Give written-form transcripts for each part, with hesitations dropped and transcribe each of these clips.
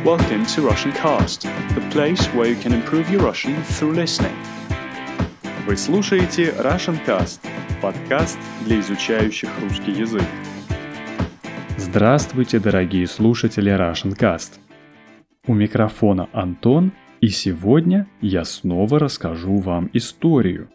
Welcome to Russian Cast, the place where you can improve your Russian through listening. Вы слушаете Russian Cast, подкаст для изучающих русский язык. Здравствуйте, дорогие слушатели Russian Cast. У микрофона Антон, и сегодня я снова расскажу вам историю.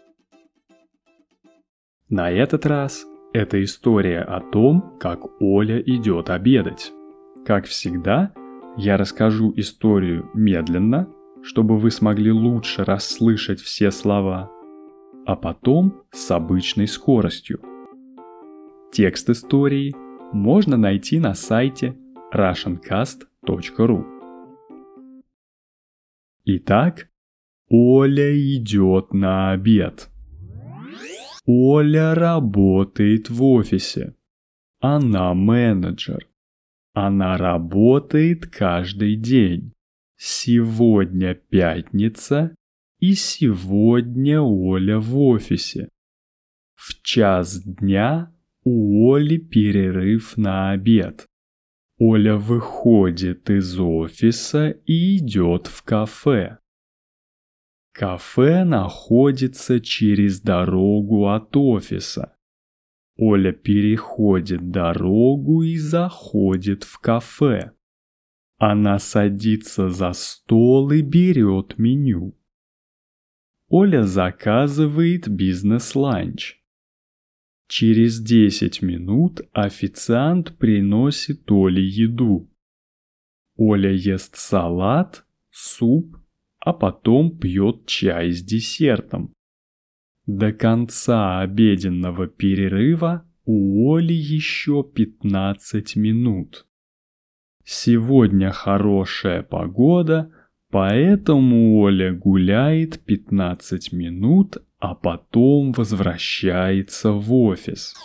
На этот раз это история о том, как Оля идет обедать. Как всегда, я расскажу историю медленно, чтобы вы смогли лучше расслышать все слова, а потом с обычной скоростью. Текст истории можно найти на сайте russiancast.ru. Итак, Оля идет на обед. Оля работает в офисе. Она менеджер. Она работает каждый день. Сегодня пятница, и сегодня Оля в офисе. В час дня у Оли перерыв на обед. Оля выходит из офиса и идет в кафе. Кафе находится через дорогу от офиса. Оля переходит дорогу и заходит в кафе. Она садится за стол и берет меню. Оля заказывает бизнес-ланч. Через 10 минут официант приносит Оле еду. Оля ест салат, суп, а потом пьет чай с десертом. До конца обеденного перерыва у Оли еще 15 минут. Сегодня хорошая погода, поэтому Оля гуляет 15 минут, а потом возвращается в офис.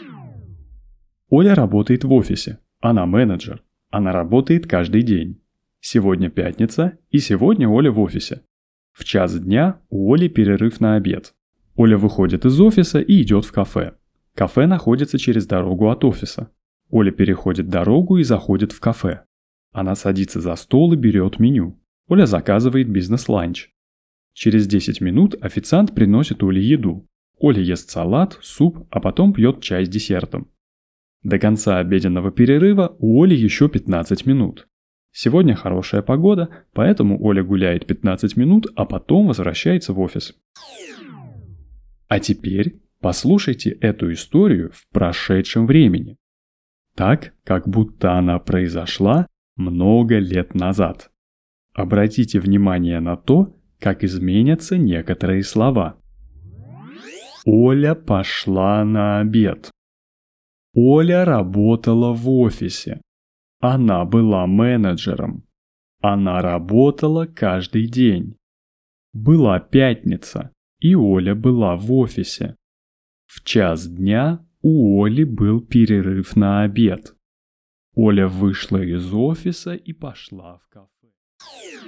Оля работает в офисе. Она менеджер. Она работает каждый день. Сегодня пятница, и сегодня Оля в офисе. В час дня у Оли перерыв на обед. Оля выходит из офиса и идет в кафе. Кафе находится через дорогу от офиса. Оля переходит дорогу и заходит в кафе. Она садится за стол и берет меню. Оля заказывает бизнес-ланч. Через 10 минут официант приносит Оле еду. Оля ест салат, суп, а потом пьет чай с десертом. До конца обеденного перерыва у Оли еще 15 минут. Сегодня хорошая погода, поэтому Оля гуляет 15 минут, а потом возвращается в офис. А теперь послушайте эту историю в прошедшем времени. Так, как будто она произошла много лет назад. Обратите внимание на то, как изменятся некоторые слова. Оля пошла на обед. Оля работала в офисе. Она была менеджером. Она работала каждый день. Была пятница, и Оля была в офисе. В час дня у Оли был перерыв на обед. Оля вышла из офиса и пошла в кафе.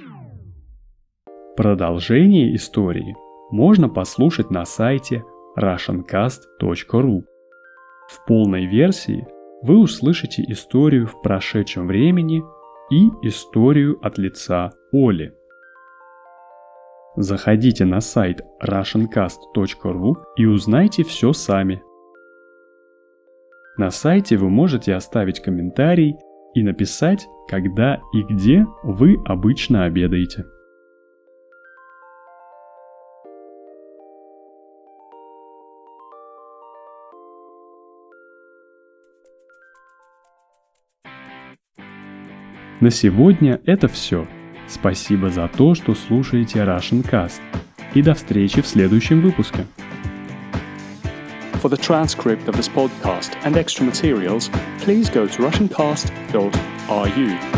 Продолжение истории можно послушать на сайте russiancast.ru. В полной версии вы услышите историю в прошедшем времени и историю от лица Оли. Заходите на сайт russiancast.ru и узнайте все сами. На сайте вы можете оставить комментарий и написать, когда и где вы обычно обедаете. На сегодня это все. Спасибо за то, что слушаете Russian Cast. И до встречи в следующем выпуске. For the transcript of this podcast and extra materials, please go to russiancast.ru.